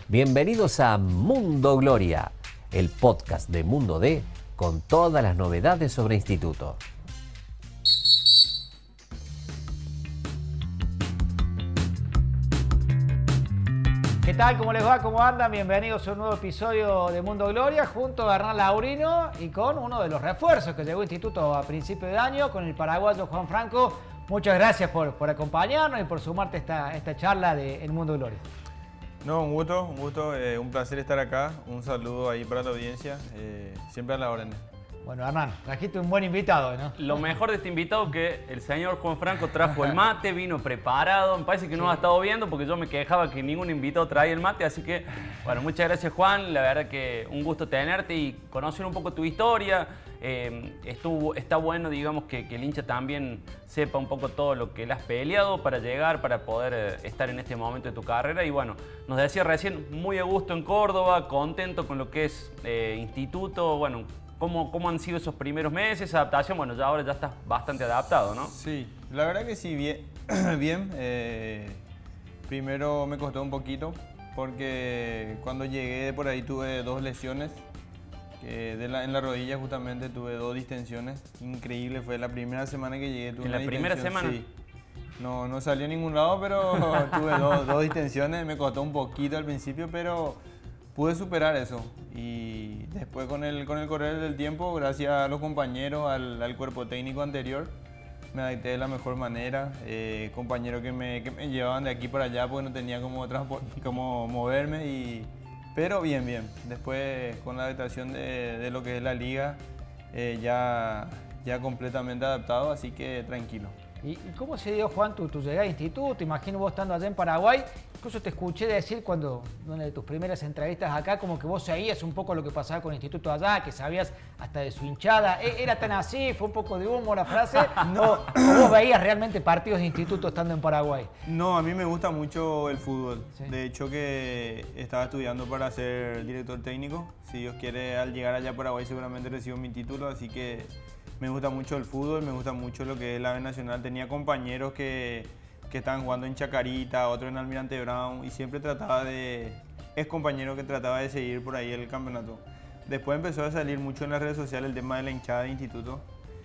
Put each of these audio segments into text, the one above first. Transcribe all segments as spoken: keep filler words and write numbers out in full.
Bienvenidos a Mundo Gloria, el podcast de Mundo D con todas las novedades sobre Instituto. ¿Qué tal? ¿Cómo les va? ¿Cómo andan? Bienvenidos a un nuevo episodio de Mundo Gloria junto a Hernán Laurino y con uno de los refuerzos que llegó a Instituto a principio de año, con el paraguayo Juan Franco. Muchas gracias por, por acompañarnos y por sumarte a esta, esta charla de El Mundo Gloria. No, un gusto, un gusto, eh, un placer estar acá. Un saludo ahí para la audiencia, eh, siempre a la orden. Bueno, Hernán, trajiste un buen invitado, ¿no? Lo mejor de este invitado es que el señor Juan Franco trajo el mate, vino preparado. Me parece que no ha estado viendo porque yo me quejaba que ningún invitado traía el mate. Así que, bueno, muchas gracias, Juan. La verdad que un gusto tenerte y conocer un poco tu historia. Eh, estuvo, está bueno, digamos, que, que el hincha también sepa un poco todo lo que le has peleado para llegar, para poder eh, estar en este momento de tu carrera. Y bueno, nos decía recién, muy a gusto en Córdoba, contento con lo que es eh, Instituto. Bueno, ¿Cómo, ¿Cómo han sido esos primeros meses? Adaptación, bueno, ya ahora ya estás bastante adaptado, ¿no? Sí, la verdad que sí, bien. bien. Eh, primero me costó un poquito porque cuando llegué por ahí tuve dos lesiones. Que de la, en la rodilla justamente tuve dos distensiones. Increíble, fue la primera semana que llegué. Tuve ¿En una la primera distensión, semana? Sí. No, no salió a ningún lado, pero tuve dos, dos distensiones. Me costó un poquito al principio, pero pude superar eso. Y después con el, con el correr del tiempo, gracias a los compañeros, al, al cuerpo técnico anterior, me adapté de la mejor manera. Eh, compañeros que me, que me llevaban de aquí para allá porque no tenía cómo, cómo moverme. Y, pero bien, bien. Después con la adaptación de, de lo que es la liga, eh, ya, ya completamente adaptado, así que tranquilo. ¿Y cómo se dio, Juan, tu, tu llegada a Instituto? Imagino vos estando allá en Paraguay. Incluso te escuché decir cuando, en una de tus primeras entrevistas acá, como que vos seguías un poco lo que pasaba con el Instituto allá, que sabías hasta de su hinchada. ¿Era tan así? ¿Fue un poco de humo la frase? No. ¿O vos veías realmente partidos de Instituto estando en Paraguay? No, a mí me gusta mucho el fútbol. Sí. De hecho que estaba estudiando para ser director técnico. Si Dios quiere, al llegar allá a Paraguay seguramente recibo mi título, así que me gusta mucho el fútbol, me gusta mucho lo que es la B Nacional. Tenía compañeros que, que estaban jugando en Chacarita, otro en Almirante Brown, y siempre trataba de... Es compañero que trataba de seguir por ahí el campeonato. Después empezó a salir mucho en las redes sociales el tema de la hinchada de Instituto.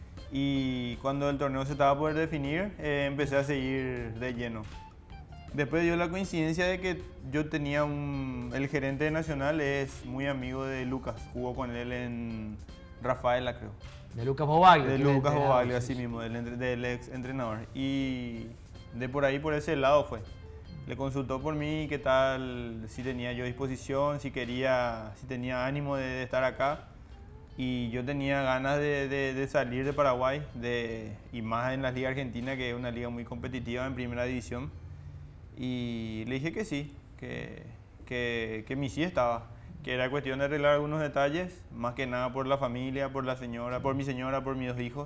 Y cuando el torneo se estaba por definir, eh, empecé a seguir de lleno. Después dio la coincidencia de que yo tenía un... El gerente de Nacional es muy amigo de Lucas, jugó con él en Rafaela, creo. De Lucas Bobaglio. De Lucas Bobaglio, así mismo, del, del ex entrenador. Y de por ahí, por ese lado fue. Le consultó por mí qué tal, si tenía yo disposición, si quería, si tenía ánimo de, de estar acá. Y yo tenía ganas de, de, de salir de Paraguay, de, y más en la Liga Argentina, que es una liga muy competitiva en primera división. Y le dije que sí, que, que, que mi sí estaba. Que era cuestión de arreglar algunos detalles, más que nada por la familia, por la señora, por mi señora, por mis dos hijos.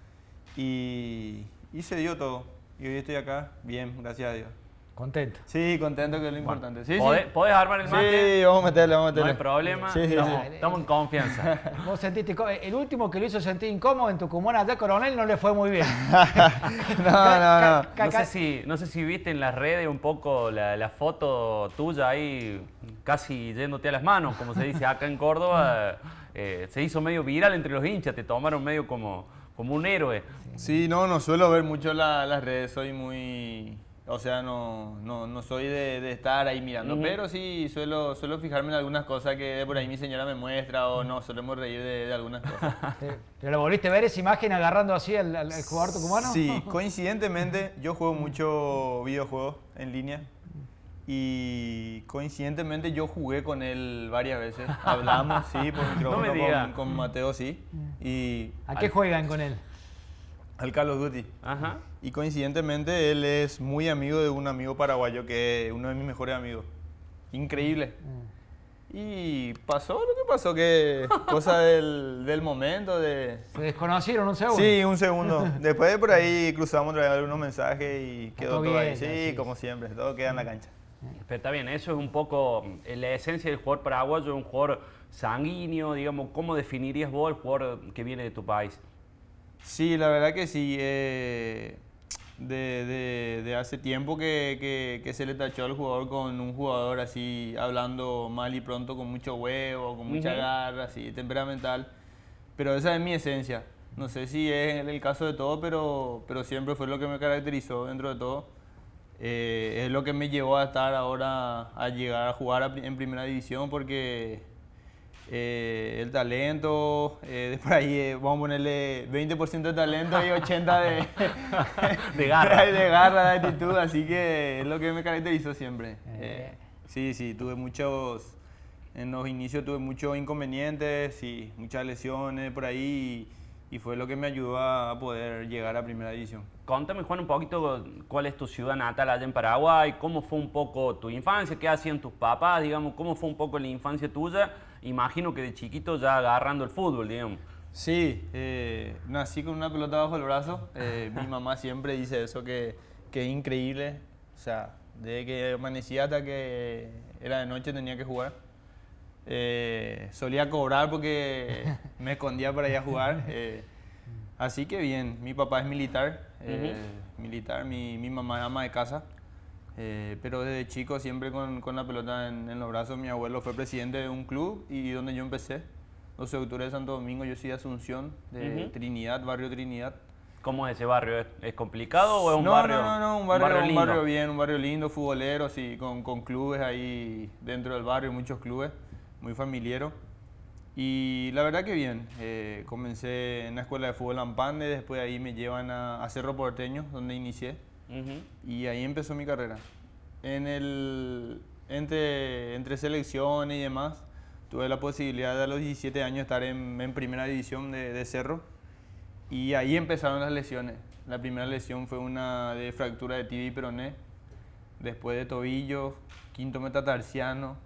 Y, y se dio todo. Y hoy estoy acá, bien, gracias a Dios. Contento. Sí, contento, que es lo importante. Sí, ¿Podés, sí. ¿Podés armar el mate? Sí, vamos a meterle, vamos a meterle. No hay problema, Sí, sí, estamos, sí. estamos en confianza. ¿Vos sentiste, el último que lo hizo sentir incómodo en Tucumán allá, Coronel, no le fue muy bien? no, no, no. No sé, si, no sé si viste en las redes un poco la, la foto tuya ahí, casi yéndote a las manos, como se dice acá en Córdoba. Eh, se hizo medio viral entre los hinchas, te tomaron medio como, como un héroe. Sí, no, no suelo ver mucho la, las redes, soy muy... O sea, no, no, no soy de, de estar ahí mirando, uh-huh. pero sí suelo, suelo fijarme en algunas cosas que por ahí mi señora me muestra o no, solemos reír de, de algunas cosas. ¿Pero lo volviste a ver esa imagen agarrando así al, al jugador tucumano? Sí, coincidentemente yo juego mucho videojuegos en línea y coincidentemente yo jugué con él varias veces. Hablamos, sí, por micrófono no con, con Mateo, sí. Y ¿A qué juegan con él? Al Call of Duty. Ajá. Y coincidentemente él es muy amigo de un amigo paraguayo que es uno de mis mejores amigos. Increíble. Mm. Y pasó lo que pasó, que cosa del, del momento. De... ¿Se desconocieron un segundo? Sí, un segundo. Después de por ahí cruzamos otra vez algunos mensajes y quedó todo, todo ahí. Sí, sí, como siempre, todo queda en la cancha. Pero está bien, eso es un poco la esencia del jugador paraguayo, un jugador sanguíneo, digamos. ¿Cómo definirías vos el jugador que viene de tu país? Sí, la verdad que sí. Eh, de, de, de hace tiempo que, que, que se le tachó al jugador con un jugador así, hablando mal y pronto, con mucho huevo, con mucha Ujú. garra, así, temperamental. Pero esa es mi esencia. No sé si es el caso de todo, pero, pero siempre fue lo que me caracterizó dentro de todo. Eh, es lo que me llevó a estar ahora, a llegar a jugar a pri- en primera división, porque eh, el talento, eh, de por ahí eh, vamos a ponerle veinte por ciento de talento y ochenta por ciento de, De garra. de garra, de actitud, así que es lo que me caracterizó siempre. Eh. Eh, sí, sí, tuve muchos, en los inicios tuve muchos inconvenientes y muchas lesiones por ahí y, y fue lo que me ayudó a poder llegar a primera división. Contame, Juan, un poquito cuál es tu ciudad natal allá en Paraguay, cómo fue un poco tu infancia, qué hacían tus papás, digamos, cómo fue un poco la infancia tuya. Imagino que de chiquito ya agarrando el fútbol, digamos. Sí, eh, nací con una pelota bajo el brazo. Eh, mi mamá siempre dice eso, que, que es increíble. O sea, desde que amanecía hasta que era de noche tenía que jugar. Eh, solía cobrar porque me escondía para ir a jugar. Eh, así que bien, mi papá es militar, eh, militar, mi, mi mamá es ama de casa. Eh, pero desde chico siempre con, con la pelota en, en los brazos. Mi abuelo fue presidente de un club y donde yo empecé, doce de octubre de Santo Domingo, yo soy de Asunción, de Ujú. Trinidad, barrio Trinidad. ¿Cómo es ese barrio? ¿Es, es complicado o es un no, barrio? No, no, no, un barrio, un lindo? barrio bien, un barrio lindo, futbolero, sí, con, con clubes ahí dentro del barrio, muchos clubes, muy familiero. Y la verdad que bien, eh, comencé en la escuela de fútbol Ampande, después ahí me llevan a, a Cerro Porteño, donde inicié. Ujú. Y ahí empezó mi carrera. En el, entre, entre selecciones y demás, tuve la posibilidad de a los diecisiete años estar en, en primera división de, de Cerro. Y ahí empezaron las lesiones. La primera lesión fue una de fractura de tibia y peroné, después de tobillo, quinto metatarsiano,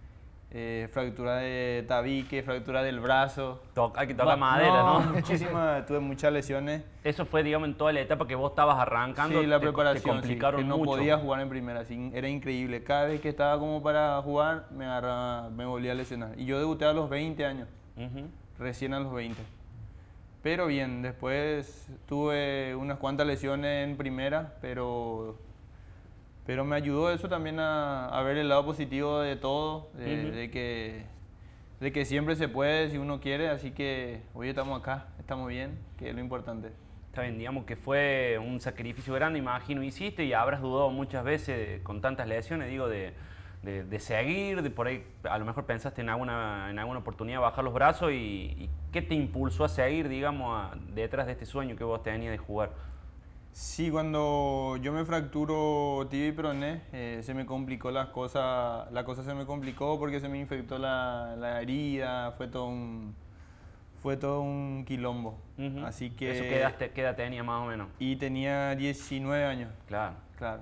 eh, fractura de tabique, fractura del brazo. To- hay que tocar Ma- madera, ¿no? Muchísimas, tuve muchas lesiones. Eso fue, digamos, en toda la etapa que vos estabas arrancando. Sí, la te- preparación, Te complicaron sí, que no mucho. podía jugar en primera, sí, era increíble. Cada vez que estaba como para jugar, me agarraba, me volvía a lesionar. Y yo debuté a los veinte años, Ujú. recién a los veinte. Pero bien, después tuve unas cuantas lesiones en primera, pero, pero me ayudó eso también a, a ver el lado positivo de todo, de, Ujú. de que, de que siempre se puede si uno quiere, así que hoy estamos acá, estamos bien, que es lo importante. Está bien, digamos que fue un sacrificio grande, imagino, hiciste y habrás dudado muchas veces de- con tantas lesiones, digo, de, de, de seguir, de por ahí a lo mejor pensaste en alguna, en alguna oportunidad bajar los brazos y, y ¿qué te impulsó a seguir, digamos, a- detrás de este sueño que vos tenías de jugar? Sí, cuando yo me fracturo tibia y peroné, eh, se me complicó las cosas, la cosa se me complicó porque se me infectó la, la herida, fue todo un, fue todo un quilombo. Ujú. Así que... ¿Eso qué edad, te- qué edad tenía más o menos? Y tenía diecinueve años, Claro. claro.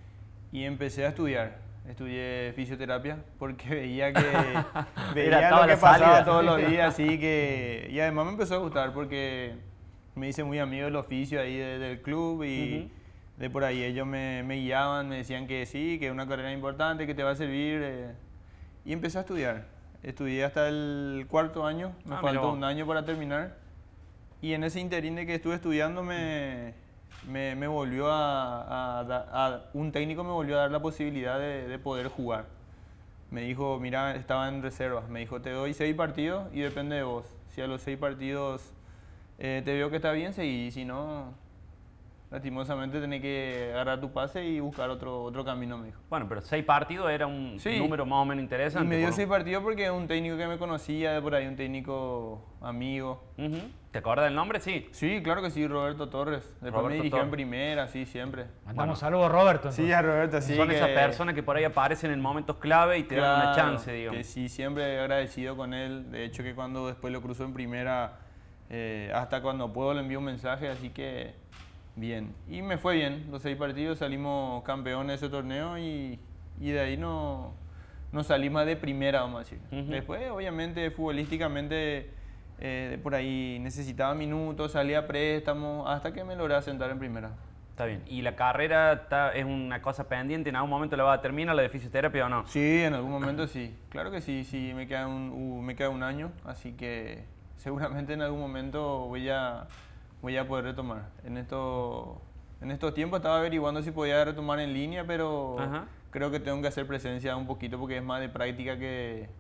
Y empecé a estudiar. Estudié fisioterapia porque veía que veía estaba lo que la pasaba salida. todos los días, así que... Y además me empezó a gustar porque me hice muy amigo del oficio ahí de- del club y Ujú. de por ahí ellos me, me guiaban, me decían que sí, que es una carrera importante, que te va a servir. eh. Y empecé a estudiar. Estudié hasta el cuarto año, me Ah, mira faltó vos. un año para terminar. Y en ese interín de que estuve estudiando me, me, me volvió a, a da- a- un técnico me volvió a dar la posibilidad de, de poder jugar. Me dijo, mira, estaba en reservas, me dijo, te doy seis partidos y depende de vos. Si a los seis partidos eh, te veo que está bien, seguí, y si no, lastimosamente tenés que agarrar tu pase y buscar otro, otro camino, me dijo. Bueno, pero seis partidos era un Sí. número más o menos Y interesante. me dio por- seis partidos porque es un técnico que me conocía de por ahí, un técnico amigo. Ujú. ¿Te acuerdas del nombre? Sí. Sí, claro que sí, Roberto Torres. Después Roberto me dirigió Torres. en primera, sí, siempre. Mandamos Bueno. saludos, Roberto. Sí, entonces. a Roberto, sí. Son que- esas personas que por ahí aparecen en momentos clave y te dan una claro, chance, digamos. Que sí, siempre agradecido con él. De hecho, que cuando después lo cruzo en primera, eh, hasta cuando puedo le envío un mensaje, así que bien. Y me fue bien, los seis partidos salimos campeones de ese torneo y, y de ahí no, no salí más de primera, vamos a decir. Ujú. Después, obviamente, futbolísticamente, eh, por ahí necesitaba minutos, salía a préstamo, hasta que me logré sentar en primera. Está bien. ¿Y la carrera está- es una cosa pendiente? ¿En algún momento la va a terminar, la de fisioterapia o no? Sí, en algún momento sí. Claro que sí, sí, me queda un, uh, me queda un año, así que seguramente en algún momento voy a, voy a poder retomar. En esto En estos tiempos estaba averiguando si podía retomar en línea, pero Ajá. creo que tengo que hacer presencia un poquito porque es más de práctica que...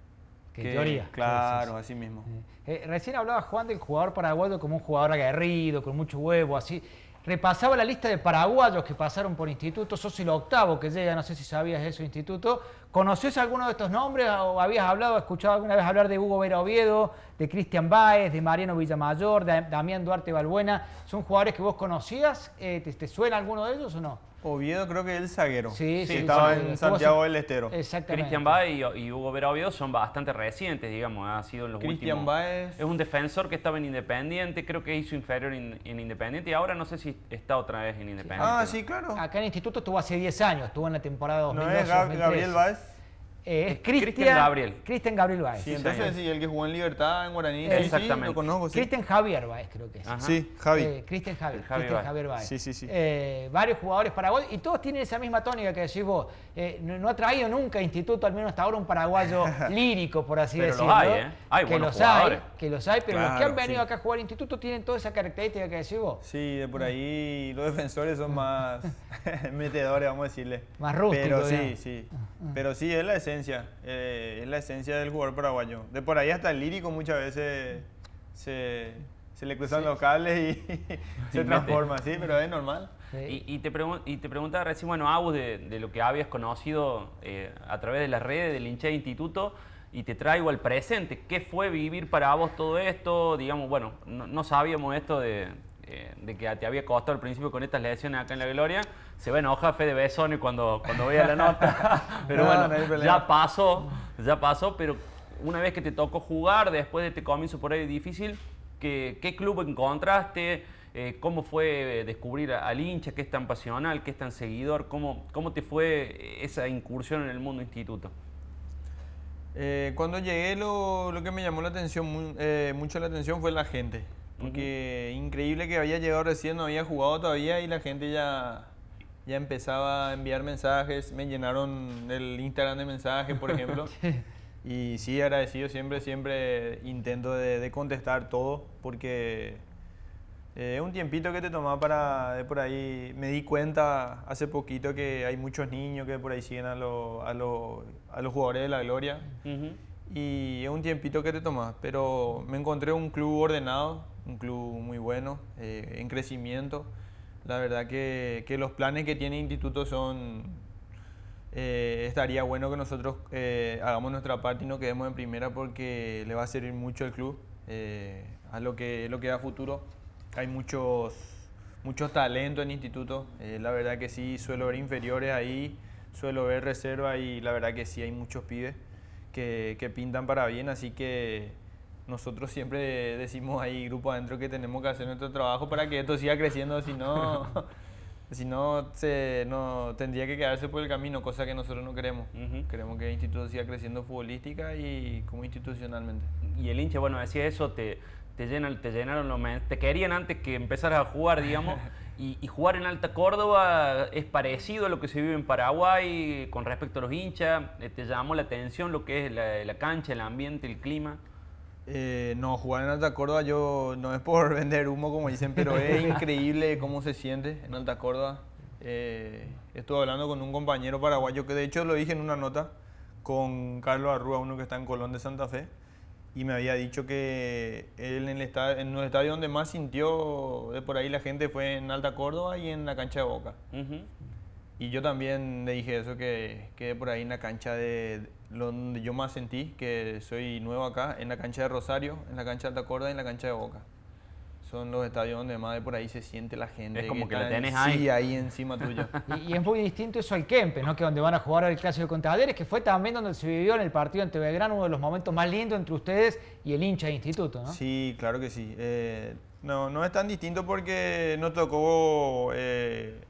Que teoría. Claro, Sí, sí, sí. así mismo. Eh, recién hablaba Juan del jugador paraguayo como un jugador aguerrido, con mucho huevo, así. Repasaba la lista de paraguayos que pasaron por instituto, sos el octavo que llega, no sé si sabías eso, instituto. ¿Conocés alguno de estos nombres o habías hablado, escuchado alguna vez hablar de Hugo Vera Oviedo, de Cristian Báez, de Mariano Villamayor, de Damián Duarte Balbuena? ¿Son jugadores que vos conocías? Eh, ¿te, ¿Te suena alguno de ellos o no? Oviedo creo que es el zaguero. Sí, sí, Estaba sí, en estuvo Santiago hace- del Estero. Exactamente. Cristian Baez y, y Hugo Vera Oviedo son bastante recientes, digamos, ha sido en los Cristian últimos... Baez. Es un defensor que estaba en Independiente, creo que hizo inferior en, en Independiente y ahora no sé si está otra vez en Independiente. Ah, ¿no? sí, claro. Acá en el instituto estuvo hace diez años, estuvo en la temporada dos mil ¿No doce es Gab- dos mil trece. Gabriel Báez? Eh, es Cristian Cristian Gabriel. Cristian Gabriel Báez. Sí, Sí, entonces señor. sí, el que jugó en Libertad, en Guaraní. Sí, sí, Exactamente. lo conozco, sí. Cristian Javier Báez creo que es. Ajá. Sí, Javi. Eh, Cristian Javier, El Javi Cristian Báez. Javier Báez. Sí, sí, sí. Eh, varios jugadores paraguayos y todos tienen esa misma tónica que decís vos. Eh, no, no ha traído nunca Instituto, al menos hasta ahora, un paraguayo lírico, por así Pero los decirlo. hay, ¿eh? Hay que buenos los jugadores. hay, que los hay, pero los que Claro, han venido sí. acá a jugar Instituto tienen toda esa característica que decís vos. Sí, de por ahí los defensores son más metedores, vamos a decirle. Más rústicos, Pero sí, digamos. sí. Pero sí, es la esencia. eh, es la esencia del jugador paraguayo. De por ahí hasta el lírico muchas veces se, se le cruzan Sí. los cables y se mete. transforma, sí, pero es normal. Sí. Y, y, te pregun- y te preguntaba recién, bueno, Agus, de, de lo que habías conocido eh, a través de las redes del hincha de instituto, y te traigo al presente. ¿Qué fue vivir para vos todo esto? Digamos, bueno, no, no sabíamos esto de, eh, de que te había costado al principio con estas lesiones acá en La Gloria. Se va a enojar Fede Besone cuando, cuando vea la nota. Pero No, bueno, no hay problema. ya pasó, ya pasó, pero una vez que te tocó jugar, después de este comienzo por ahí difícil, ¿qué, qué club encontraste? Eh, ¿Cómo fue descubrir al hincha? ¿Qué es tan pasional? ¿Qué es tan seguidor? ¿Cómo, cómo te fue esa incursión en el mundo instituto? Eh, cuando llegué lo, lo que me llamó la atención, mu- eh, mucho la atención fue la gente. Porque increíble que había llegado recién, no había jugado todavía y la gente ya, ya empezaba a enviar mensajes. Me llenaron el Instagram de mensajes, por ejemplo. Y sí, agradecido siempre, siempre intento de, de contestar todo porque eh, es un tiempito que te toma para de por ahí. Me di cuenta hace poquito que hay muchos niños que por ahí siguen a, lo- a, lo- a los jugadores de la Gloria. Ujú. Y es un tiempito que te tomas, pero me encontré un club ordenado, un club muy bueno, eh, en crecimiento. La verdad que, que los planes que tiene el instituto son... eh, estaría bueno que nosotros eh, hagamos nuestra parte y nos quedemos en primera porque le va a servir mucho al club eh, a lo que, lo que da futuro. Hay muchos, muchos talentos en el instituto, eh, la verdad que sí, suelo ver inferiores ahí, suelo ver reserva y la verdad que sí hay muchos pibes que, que pintan para bien, así que nosotros siempre decimos ahí, grupo adentro, que tenemos que hacer nuestro trabajo para que esto siga creciendo, si no, si no, se, no tendría que quedarse por el camino, cosa que nosotros no queremos. Ujú. Queremos que el instituto siga creciendo futbolística y como institucionalmente. Y el hincha, bueno, decía eso, te, te, llenan, te llenaron los men- te querían antes que empezaras a jugar, digamos, y, y jugar en Alta Córdoba es parecido a lo que se vive en Paraguay con respecto a los hinchas. Eh, ¿Te llamó la atención lo que es la, la cancha, el ambiente, el clima? Eh, no, jugar en Alta Córdoba yo no es por vender humo como dicen, pero es increíble cómo se siente en Alta Córdoba. Eh, estuve hablando con un compañero paraguayo que de hecho lo dije en una nota con Carlos Arrua, uno que está en Colón de Santa Fe, y me había dicho que él en el estadio, en los estadios donde más sintió de por ahí la gente fue en Alta Córdoba y en la cancha de Boca. Ujú. Y yo también le dije eso, que, que por ahí en la cancha de, lo donde yo más sentí, que soy nuevo acá, en la cancha de Rosario, en la cancha de Alta Córdoba y en la cancha de Boca. Son los estadios donde más de por ahí se siente la gente. Es como que la está en- tenés ahí. Sí, ahí encima tuyo. Y, y es muy distinto eso al Kempes, ¿no? Que donde van a jugar el Clásico contra Talleres, que fue también donde se vivió en el partido ante Belgrano uno de los momentos más lindos entre ustedes y el hincha de instituto, ¿no? Sí, claro que sí. Eh, no, no es tan distinto porque nos tocó eh,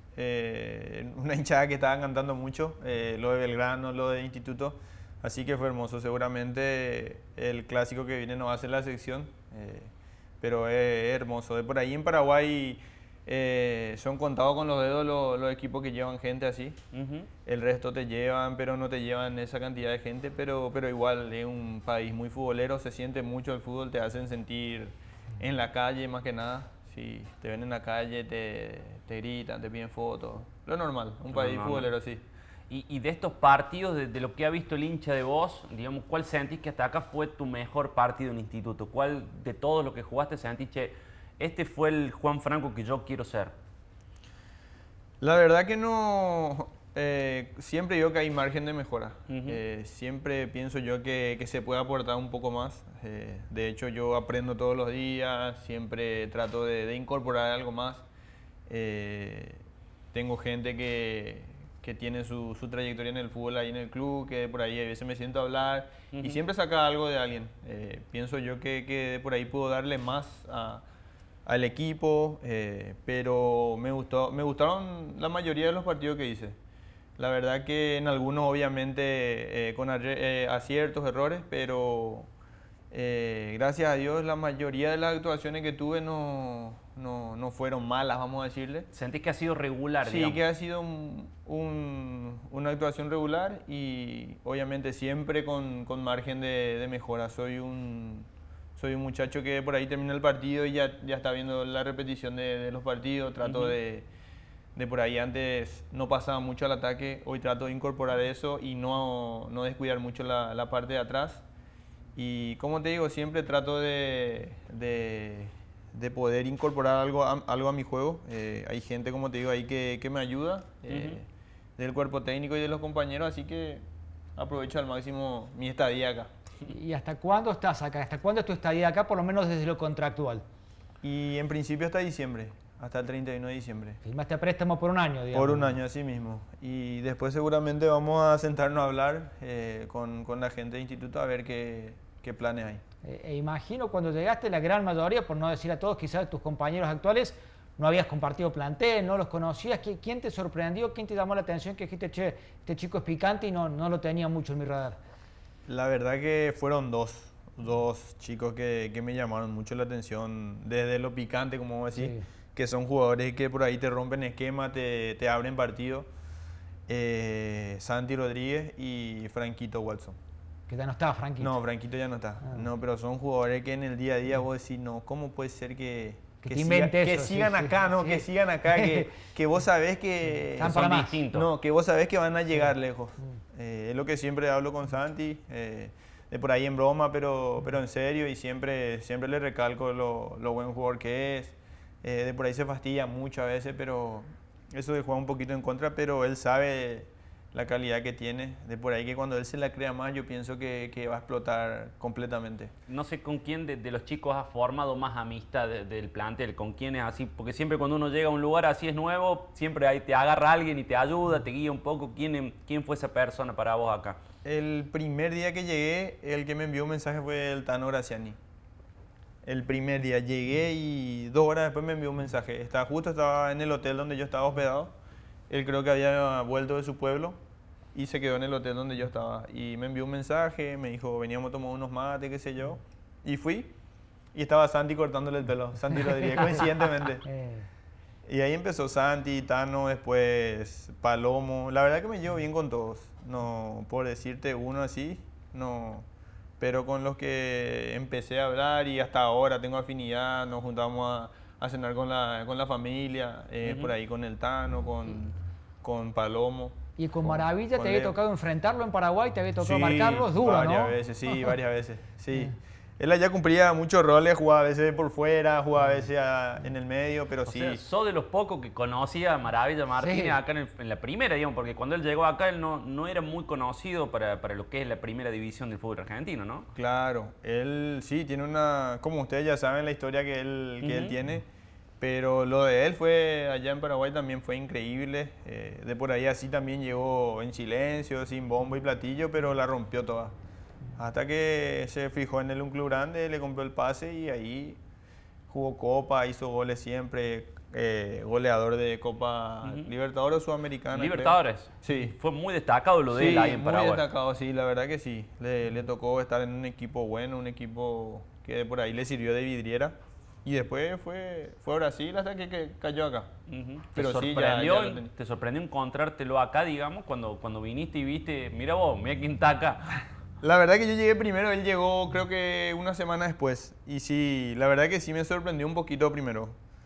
eh, una hinchada que estaban cantando mucho, eh, lo de Belgrano, lo de Instituto, así que fue hermoso. Seguramente el clásico que viene no va a ser la sección, eh, pero es, es hermoso. De por ahí en Paraguay eh, son contados con los dedos los, los equipos que llevan gente así. Ujú. El resto te llevan, pero no te llevan esa cantidad de gente, pero, pero igual es un país muy futbolero, se siente mucho el fútbol, te hacen sentir en la calle más que nada, Si te ven en la calle, te, te gritan, te piden fotos. Lo normal, un Lo país normal. futbolero así. Y, y de estos partidos, de, de lo que ha visto el hincha de vos, digamos, ¿cuál sentís que hasta acá fue tu mejor partido en instituto? ¿Cuál de todos los que jugaste sentís, che, este fue el Juan Franco que yo quiero ser? La verdad que no... eh, siempre digo que hay margen de mejora. Ujú. Eh, siempre pienso yo que, que se puede aportar un poco más. Eh, de hecho, yo aprendo todos los días, siempre trato de, de incorporar algo más. Eh, tengo gente que, que tiene su, su trayectoria en el fútbol ahí en el club, que por ahí a veces me siento a hablar Ujú. y siempre saca algo de alguien. Eh, pienso yo que, que por ahí puedo darle más a, al equipo, eh, pero me, gustó, me gustaron la mayoría de los partidos que hice. La verdad que en algunos obviamente eh, con arre- eh, aciertos, errores, pero eh, gracias a Dios la mayoría de las actuaciones que tuve no, no, no fueron malas, vamos a decirle. ¿Sentís que ha sido regular, Sí, digamos? que ha sido un- un- una actuación regular y obviamente siempre con, con margen de, de mejora. Soy un, soy un muchacho que por ahí termina el partido y ya, ya está viendo la repetición de, de los partidos. Trato Ujú. de, de por ahí antes no pasaba mucho al ataque, hoy trato de incorporar eso y no, no descuidar mucho la, la parte de atrás. Y como te digo, siempre trato de, de, de poder incorporar algo a, algo a mi juego. Eh, hay gente, como te digo, ahí que, que me ayuda, eh, Ujú. del cuerpo técnico y de los compañeros, así que aprovecho al máximo mi estadía acá. ¿Y hasta cuándo estás acá? ¿Hasta cuándo es tu estadía acá, por lo menos desde lo contractual? Y en principio hasta diciembre, hasta el treinta y uno de diciembre. Firmaste a préstamo por un año, digamos. Por un año, así mismo. Y después seguramente vamos a sentarnos a hablar eh, con, con la gente del instituto a ver qué, qué planes hay. Eh, e imagino cuando llegaste, la gran mayoría, por no decir a todos, quizás tus compañeros actuales, no habías compartido plantel, no los conocías. ¿Qui- ¿Quién te sorprendió? ¿Quién te llamó la atención? Que dijiste, che, este chico es picante y no, no lo tenía mucho en mi radar. La verdad que fueron dos, dos chicos que, que me llamaron mucho la atención, desde lo picante, como vos decís, Sí. que son jugadores que por ahí te rompen esquema, te, te abren partido. Eh, Santi Rodríguez y Franquito Watson. Que ya no estaba Franquito. No, Franquito ya no está. Ah. No, pero son jugadores que en el día a día vos decís, no, ¿cómo puede ser que, Que que, te siga- invente que eso, sí, sigan sí, acá, no? sí. Que sigan acá, que, que vos sabés que... Están Son para más. distintos. No, que vos sabés que van a llegar lejos. Eh, es lo que siempre hablo con Santi, eh, de por ahí en broma, pero, pero en serio, y siempre, siempre le recalco lo, lo buen jugador que es. Eh, de por ahí se fastidia mucho a veces, pero eso de jugar un poquito en contra, pero él sabe la calidad que tiene. De por ahí que cuando él se la crea más, yo pienso que, que va a explotar completamente. No sé con quién de, de los chicos has formado más amistad de- del plantel, con quién es así, porque siempre cuando uno llega a un lugar así es nuevo, siempre ahí te agarra alguien y te ayuda, te guía un poco. ¿Quién, quién fue esa persona para vos acá? El primer día que llegué, el que me envió un mensaje fue el Tano Graciani. El primer día llegué y dos horas después me envió un mensaje. Estaba, justo estaba en el hotel donde yo estaba hospedado. Él creo que había vuelto de su pueblo y se quedó en el hotel donde yo estaba. Y me envió un mensaje, me dijo, veníamos a tomar unos mates, qué sé yo. Y fui y estaba Santi cortándole el pelo, Santi Rodríguez, coincidentemente. Eh, Y ahí empezó Santi, Tano, después Palomo. La verdad que me llevo bien con todos. No, por decirte uno así, no. Pero con los que empecé a hablar y hasta ahora tengo afinidad, nos juntamos a, a cenar con la, con la familia, eh, Ujú. por ahí con el Tano, con, con Palomo. y con Maravilla con te había Leo. tocado enfrentarlo en Paraguay, te había tocado Sí, marcarlo, es duro, varias ¿no? veces, sí, varias veces, sí. Él allá cumplía muchos roles, jugaba a veces por fuera, jugaba a veces a- en el medio, pero O sí. sea, sos de los pocos que conocía a Maravilla Martínez Sí. acá en, el- en la primera, digamos, porque cuando él llegó acá él no, no era muy conocido para, para lo que es la primera división del fútbol argentino, ¿no? Claro, él sí tiene una, como ustedes ya saben la historia que él, que él Ujú. tiene, pero lo de él fue allá en Paraguay también fue increíble. Eh, de por ahí así también llegó en silencio, sin bombo y platillo, pero la rompió toda. Hasta que se fijó en él un club grande, le compró el pase y ahí jugó Copa, hizo goles siempre, eh, goleador de Copa Ujú. Libertadores o Sudamericana. creo. Libertadores. Sí. Fue muy destacado lo de él ahí en muy Paraguay. destacado, sí, la verdad que sí. Le, le tocó estar en un equipo bueno, un equipo que por ahí le sirvió de vidriera. Y después fue, fue a Brasil hasta que, que cayó acá. Ujú. Pero ¿Te, sí, ya- sorprendió, ya lo tenía. ¿Te sorprendió encontrártelo acá, digamos, cuando, cuando viniste y viste, mira vos, mira quién está acá? La verdad que yo llegué primero, él llegó creo que una semana después. Y sí, la verdad que sí me sorprendió un poquito primero.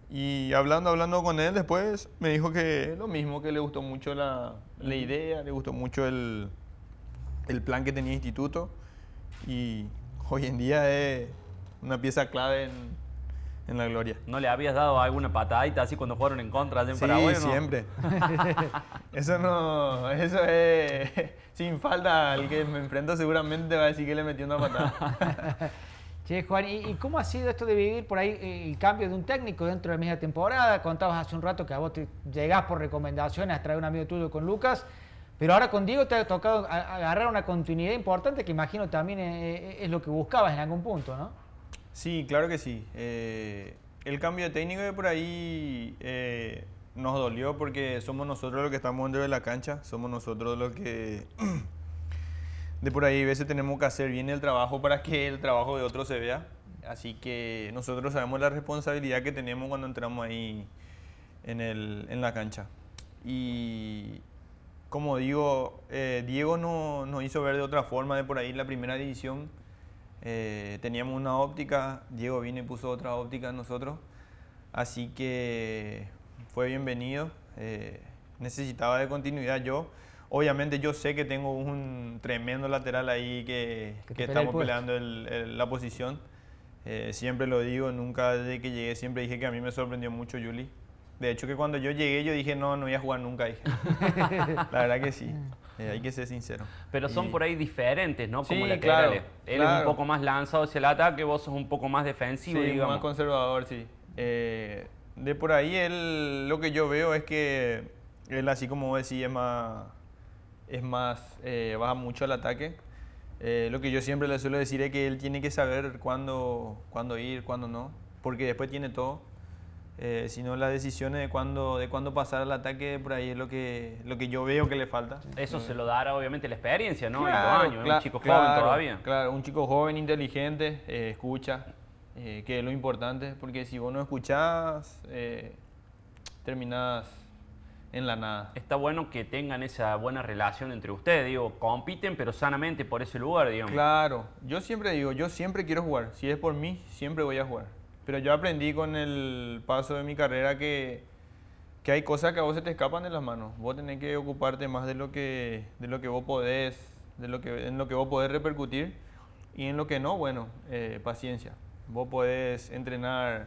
Y hablando, hablando con él después, me dijo que lo mismo, que le gustó mucho la, la idea, le gustó mucho el, el plan que tenía el instituto. Y hoy en día es una pieza clave en, en la gloria. ¿No le habías dado alguna patadita así cuando jugaron en contra allá en Sí, Paraguay o no? siempre. Eso no, eso es sin falta. El que me enfrento seguramente va a decir que le metió una patada. Che, Juan, ¿y, y cómo ha sido esto de vivir por ahí eh, el cambio de un técnico dentro de la misma temporada? Contabas hace un rato que a vos te llegás por recomendaciones a traer un amigo tuyo con Lucas, pero ahora con Diego te ha tocado a- agarrar una continuidad importante que imagino también eh, es lo que buscabas en algún punto, ¿no? Sí, claro que sí. Eh, el cambio de técnico de por ahí eh, nos dolió porque somos nosotros los que estamos dentro de la cancha, somos nosotros los que de por ahí a veces tenemos que hacer bien el trabajo para que el trabajo de otro se vea. Así que nosotros sabemos la responsabilidad que tenemos cuando entramos ahí en, el, en la cancha. Y como digo, eh, Diego no- nos hizo ver de otra forma de por ahí la primera división. Eh, teníamos una óptica, Diego vino y puso otra óptica en nosotros. Así que fue bienvenido. Eh, necesitaba de continuidad yo. Obviamente yo sé que tengo un tremendo lateral ahí que, Que te que pelea el estamos puesto. peleando el- el- la posición. Eh, siempre lo digo, nunca desde que llegué siempre dije que a mí me sorprendió mucho Juli. De hecho que cuando yo llegué yo dije no, no voy a jugar nunca, dije. La verdad que sí, eh, hay que ser sincero. Pero son Y- por ahí diferentes, ¿no? Como Sí, laterales. claro, Él es claro. un poco más lanzado hacia el ataque, vos sos un poco más defensivo, Sí, digamos. más conservador, sí. Eh, de por ahí él, lo que yo veo es que él, así como vos decís, es más, es más eh, baja mucho al ataque. Eh, lo que yo siempre le suelo decir es que él tiene que saber cuándo, cuándo ir, cuándo no, porque después tiene todo. Eh, si no, las decisiones de cuándo, de cuándo pasar al ataque, por ahí es lo que, lo que yo veo que le falta. Eso se lo dará obviamente la experiencia, ¿no? Y los Claro, años, es cla- un chico claro, joven todavía. Claro, un chico joven, inteligente, eh, escucha, eh, que es lo importante, porque si vos no escuchás, eh, terminás en la nada. Está bueno que tengan esa buena relación entre ustedes, digo, compiten pero sanamente por ese lugar, digamos. Claro, yo siempre digo, yo siempre quiero jugar, si es por mí, siempre voy a jugar. Pero yo aprendí con el paso de mi carrera que, que hay cosas que a vos se te escapan de las manos. Vos tenés que ocuparte más de lo que, de lo que vos podés, de lo que, en lo que vos podés repercutir, y en lo que no, bueno, eh, paciencia. Vos podés entrenar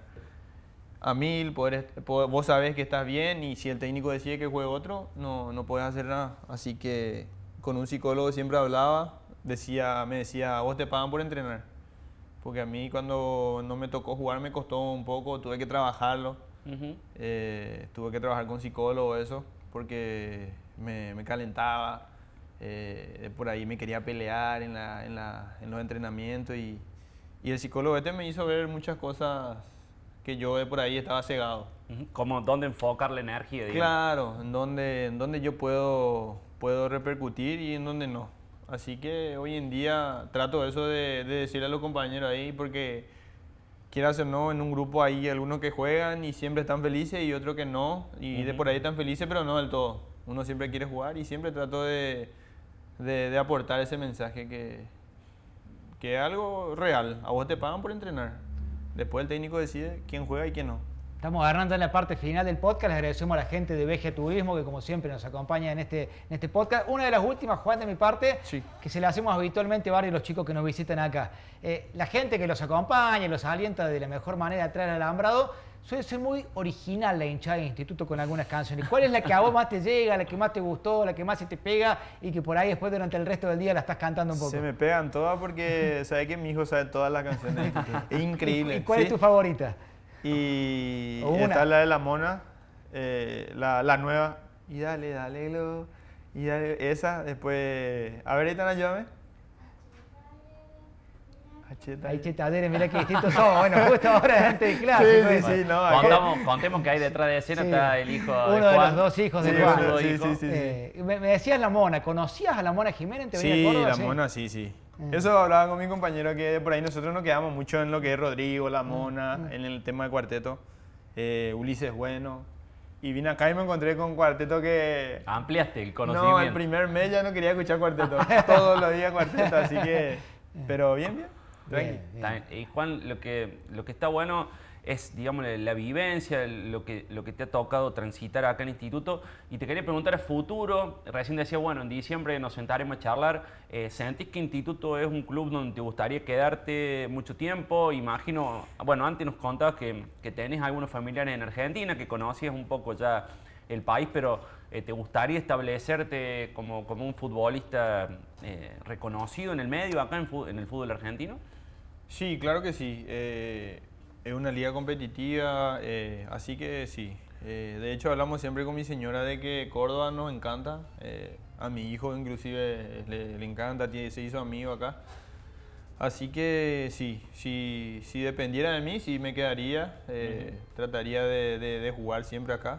a mil, poder, po- vos sabés que estás bien, y si el técnico decide que juegue otro, no, no podés hacer nada. Así que con un psicólogo siempre hablaba, decía, me decía, vos te pagan por entrenar. Porque a mí cuando no me tocó jugar me costó un poco, tuve que trabajarlo. Ujú. Eh, tuve que trabajar con psicólogo eso, porque me, me calentaba. Eh, por ahí me quería pelear en, la, en, la, en los entrenamientos. Y, y el psicólogo este me hizo ver muchas cosas que yo de por ahí estaba cegado. Ujú. Como dónde enfocar la energía, digamos. Claro, en donde, en donde yo puedo, puedo repercutir y en donde no. Así que hoy en día trato eso de, de decirle a los compañeros ahí, porque quieras o no, en un grupo hay algunos que juegan y siempre están felices y otros que no, y de por ahí están felices pero no del todo. Uno siempre quiere jugar y siempre trato de, de, de aportar ese mensaje que, que es algo real. A vos te pagan por entrenar. Después el técnico decide quién juega y quién no. Estamos agarrando en la parte final del podcast. Les agradecemos a la gente de V G Turismo que como siempre nos acompaña en este, en este podcast. Una de las últimas, Juan, de mi parte, Sí. que se la hacemos habitualmente a varios de los chicos que nos visitan acá. Eh, la gente que los acompaña, los alienta de la mejor manera a traer al alambrado, suele ser muy original la hinchada del instituto con algunas canciones. ¿Cuál es la que a vos más te llega, la que más te gustó, la que más se te pega y que por ahí después durante el resto del día la estás cantando un poco? Se me pegan todas porque sabe que mi hijo sabe todas las canciones del instituto. Es increíble. ¿Y cuál ¿sí? es tu favorita? Y O una. está la de la mona, eh, la, la nueva. Y dale, dale, lo. Y dale, esa, después. A ver, Ethan, ayúdame. Acheta. Ahí chetadere, mira qué distintos somos. Bueno, justo ahora antes de clase. Sí, pues. sí, sí, no, aquí- Contamos, contemos que hay detrás de escena Sí. está el hijo de Uno de Juan. los dos hijos de Sí, Juan. uno- Dos sí, hijos. sí, sí, sí. Eh, me, me decías la mona, ¿conocías a la mona Jiménez? ¿Te venía Sí, a Córdoba? la mona, sí, sí. Eso hablaba con mi compañero que por ahí nosotros nos quedamos mucho en lo que es Rodrigo, la mona, en el tema de cuarteto. Eh, Ulises Bueno. Y vine acá y me encontré con cuarteto que... Ampliaste el conocimiento. No, el primer mes ya no quería escuchar cuarteto. Todos los días cuarteto, así que... Pero bien, bien. Tranqui. Bien, bien. Está bien. Y Juan, lo que, lo que está bueno es, digamos, la, la vivencia, lo que, lo que te ha tocado transitar acá en el instituto. Y te quería preguntar a futuro, recién decía, bueno, en diciembre nos sentaremos a charlar. Eh, ¿Sentís que Instituto es un club donde te gustaría quedarte mucho tiempo? Imagino, bueno, antes nos contabas que, que tenés algunos familiares en Argentina, que conocías un poco ya el país, pero eh, ¿te gustaría establecerte como, como un futbolista eh, reconocido en el medio acá en, en el fútbol argentino? Sí, claro que sí. Eh, es una liga competitiva, eh, así que sí. Eh, de hecho, hablamos siempre con mi señora de que Córdoba nos encanta. Eh, a mi hijo inclusive le, le encanta, tiene, se hizo amigo acá. Así que sí, sí, si dependiera de mí, sí me quedaría. Eh, uh-huh. Trataría de, de, de jugar siempre acá.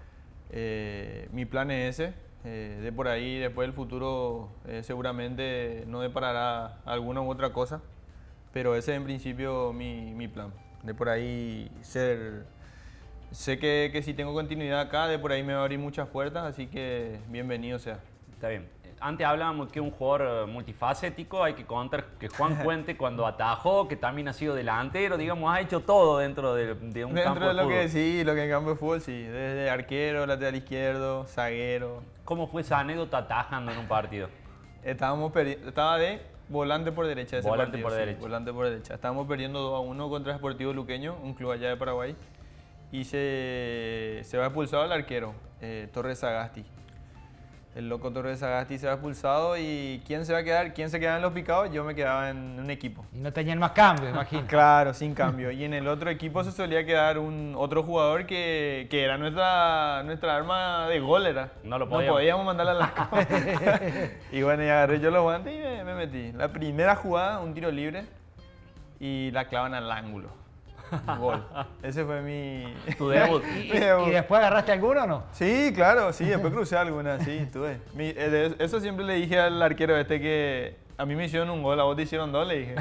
Eh, mi plan es ese. Eh, de por ahí, después del futuro, eh, seguramente no deparará alguna u otra cosa. Pero ese es en principio mi, mi plan. De por ahí ser... Sé que, que si tengo continuidad acá, de por ahí me va a abrir muchas puertas, así que bienvenido sea. Está bien. Antes hablábamos que es un jugador multifacético, hay que contar que Juan Cuente cuando atajó, que también ha sido delantero, digamos, ha hecho todo dentro de, de un dentro campo de, de lo fútbol. Que sí, lo que en campo de fútbol sí, desde arquero, lateral izquierdo, zaguero. ¿Cómo fue esa anécdota atajando en un partido? Estábamos estaba de volante por derecha ese volante partido, por sí, derecha. Volante por derecha. Estábamos perdiendo dos a uno contra Sportivo Luqueño, un club allá de Paraguay. Y se, se va expulsado el arquero, eh, Torres Sagasti. El loco Torres Sagasti se va expulsado y ¿quién se va a quedar? ¿Quién se quedaba en los picados? Yo me quedaba en un equipo. Y no tenían más cambio, imagino. Claro, sin cambio. Y en el otro equipo se solía quedar un otro jugador que, que era nuestra, nuestra arma de gol. Era. No lo podíamos. No podíamos mandarle a la cama. Y bueno, y agarré yo los guantes y me, me metí. La primera jugada, un tiro libre y la clavan al ángulo. Gol. Ese fue mi... ¿Tu debut? ¿Y, y, ¿Y después agarraste alguno o no? Sí, claro, sí, después crucé alguna, sí, tuve. Mi, eso siempre le dije al arquero este que a mí me hicieron un gol, a vos te hicieron dos, le dije.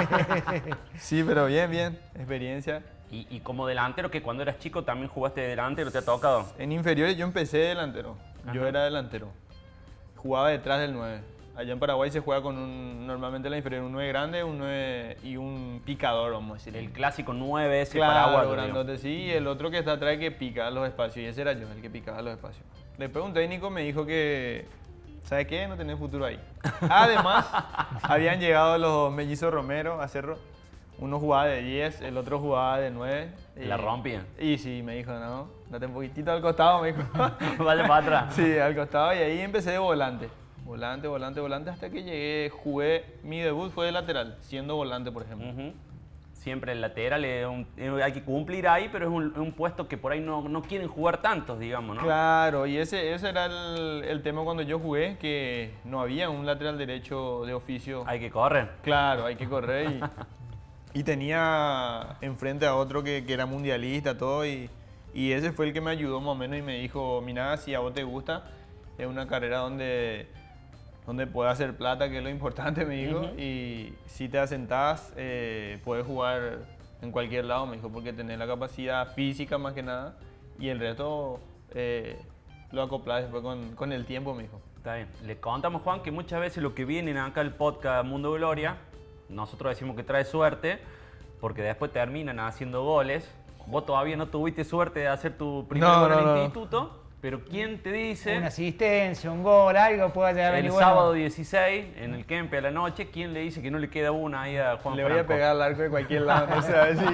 Sí, pero bien, bien, experiencia. ¿Y, y como delantero, que cuando eras chico también jugaste de delantero, te ha tocado? En inferiores yo empecé de delantero, Ajá. Yo era delantero. Jugaba detrás del nueve. Allá en Paraguay se juega con un, normalmente la inferior, un nueve grande, un nueve y un picador, vamos a decir. El clásico nueve ese claro, paraguayo. Grandote, sí, y el otro que está atrás que pica los espacios, y ese era yo, el que picaba los espacios. Después un técnico me dijo que, ¿sabes qué? No tenés futuro ahí. Además, habían llegado los mellizos Romero a Cerro. Uno jugaba de diez, el otro jugaba de nueve. Y la rompían. Y sí, me dijo, no, date un poquitito al costado, me dijo. Vaya para atrás. Sí, al costado, y ahí empecé de volante. Volante, volante, volante, hasta que llegué, jugué, mi debut fue de lateral, siendo volante, por ejemplo. Uh-huh. Siempre el lateral, es un, hay que cumplir ahí, pero es un, un puesto que por ahí no, no quieren jugar tantos, digamos, ¿no? Claro, y ese, ese era el, el tema cuando yo jugué, que no había un lateral derecho de oficio. Hay que correr. Claro, hay que correr, y, y tenía enfrente a otro que, que era mundialista, todo, y, y ese fue el que me ayudó más o menos y me dijo, mira, si a vos te gusta, es una carrera donde... donde puedes hacer plata, que es lo importante, me dijo, uh-huh. Y si te asentás, eh, puedes jugar en cualquier lado, me dijo, porque tenés la capacidad física más que nada, y el resto eh, lo acoplás después con, con el tiempo, me dijo. Está bien. Le contamos, Juan, que muchas veces lo que vienen acá al podcast Mundo Gloria, nosotros decimos que trae suerte, porque después terminan haciendo goles. Vos todavía no tuviste suerte de hacer tu primer no, gol no, en el no. instituto. Pero ¿quién te dice? Una asistencia, un gol, algo puede llegar a venir El bueno. sábado dieciséis, en el Kempe a la noche, ¿quién le dice que no le queda una ahí a Juan Le Franco? voy a pegar al arco de cualquier lado, no sé, a ver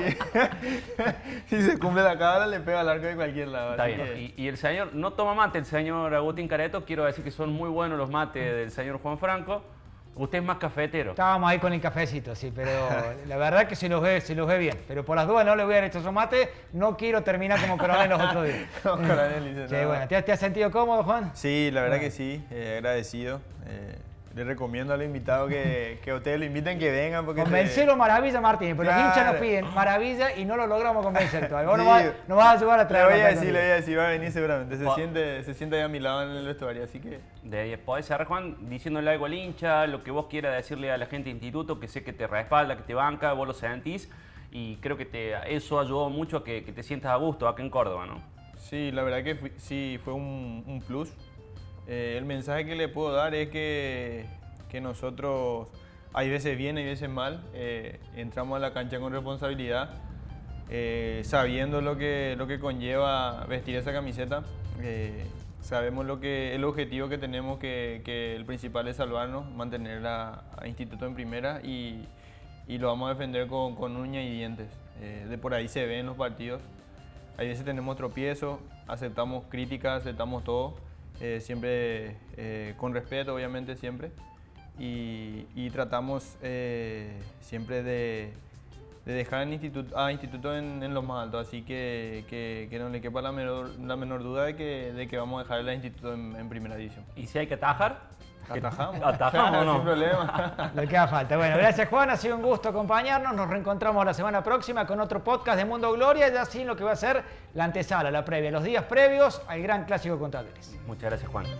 si, si se cumple la cábala, le pega al arco de cualquier lado. Está bien. Que... Y, y el señor, no toma mate, el señor Agustín Careto, quiero decir que son muy buenos los mates del señor Juan Franco. Usted es más cafetero. Estábamos ahí con el cafecito, sí, pero la verdad que se los ve, se los ve bien. Pero por las dudas no le voy a dar estos mate, no quiero terminar como Coronel los otros días. Como Coronel dice, sí, no. bueno, ¿te, ¿te has sentido cómodo, Juan? Sí, la verdad bueno. que sí, eh, agradecido. Eh, le recomiendo a los invitados que, que a ustedes lo inviten, que vengan. Convencerlo, te... maravilla, Martín, pero claro. Los hinchas nos piden maravilla y no lo logramos convencer todavía. Vos sí. nos, vas, nos vas a ayudar a traer. Le voy a decir, le voy a decir, va a venir seguramente. Se, siente, se siente ahí a mi lado en el vestuario, así que... De, podés cerrar, Juan, diciéndole algo al hincha, lo que vos quieras decirle a la gente de instituto, que sé que te respalda, que te banca, vos lo sentís, y creo que te, eso ayudó mucho a que, que te sientas a gusto acá en Córdoba, ¿no? Sí, la verdad que fui, sí, fue un, un plus. Eh, el mensaje que le puedo dar es que, que nosotros, hay veces bien, hay veces mal, eh, entramos a la cancha con responsabilidad, eh, sabiendo lo que, lo que conlleva vestir esa camiseta. Eh, sabemos lo que, el objetivo que tenemos, que, que el principal es salvarnos, mantener a, a Instituto en primera y, y lo vamos a defender con, con uñas y dientes. Eh, de por ahí se ve en los partidos. Hay veces tenemos tropiezos, aceptamos críticas, aceptamos todo, eh, siempre eh, con respeto, obviamente, siempre. Y, y tratamos eh, siempre de, de dejar el instituto, a Instituto en, en lo más alto, así que, que, que no le quepa la menor, la menor duda de que, de que vamos a dejar el Instituto en, en primera división. ¿Y si hay que atajar? ¿Atajamos? ¿Atajamos o no? Sin problema. Lo que haga falta. Bueno, gracias Juan, ha sido un gusto acompañarnos. Nos reencontramos la semana próxima con otro podcast de Mundo Gloria, ya sin lo que va a ser la antesala, la previa, los días previos al gran clásico contra Vélez. Muchas gracias, Juan.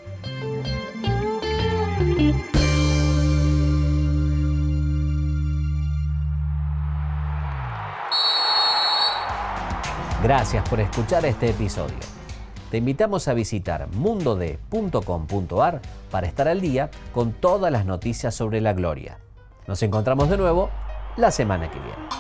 Gracias por escuchar este episodio. Te invitamos a visitar mundod punto com punto ar para estar al día con todas las noticias sobre la Gloria. Nos encontramos de nuevo la semana que viene.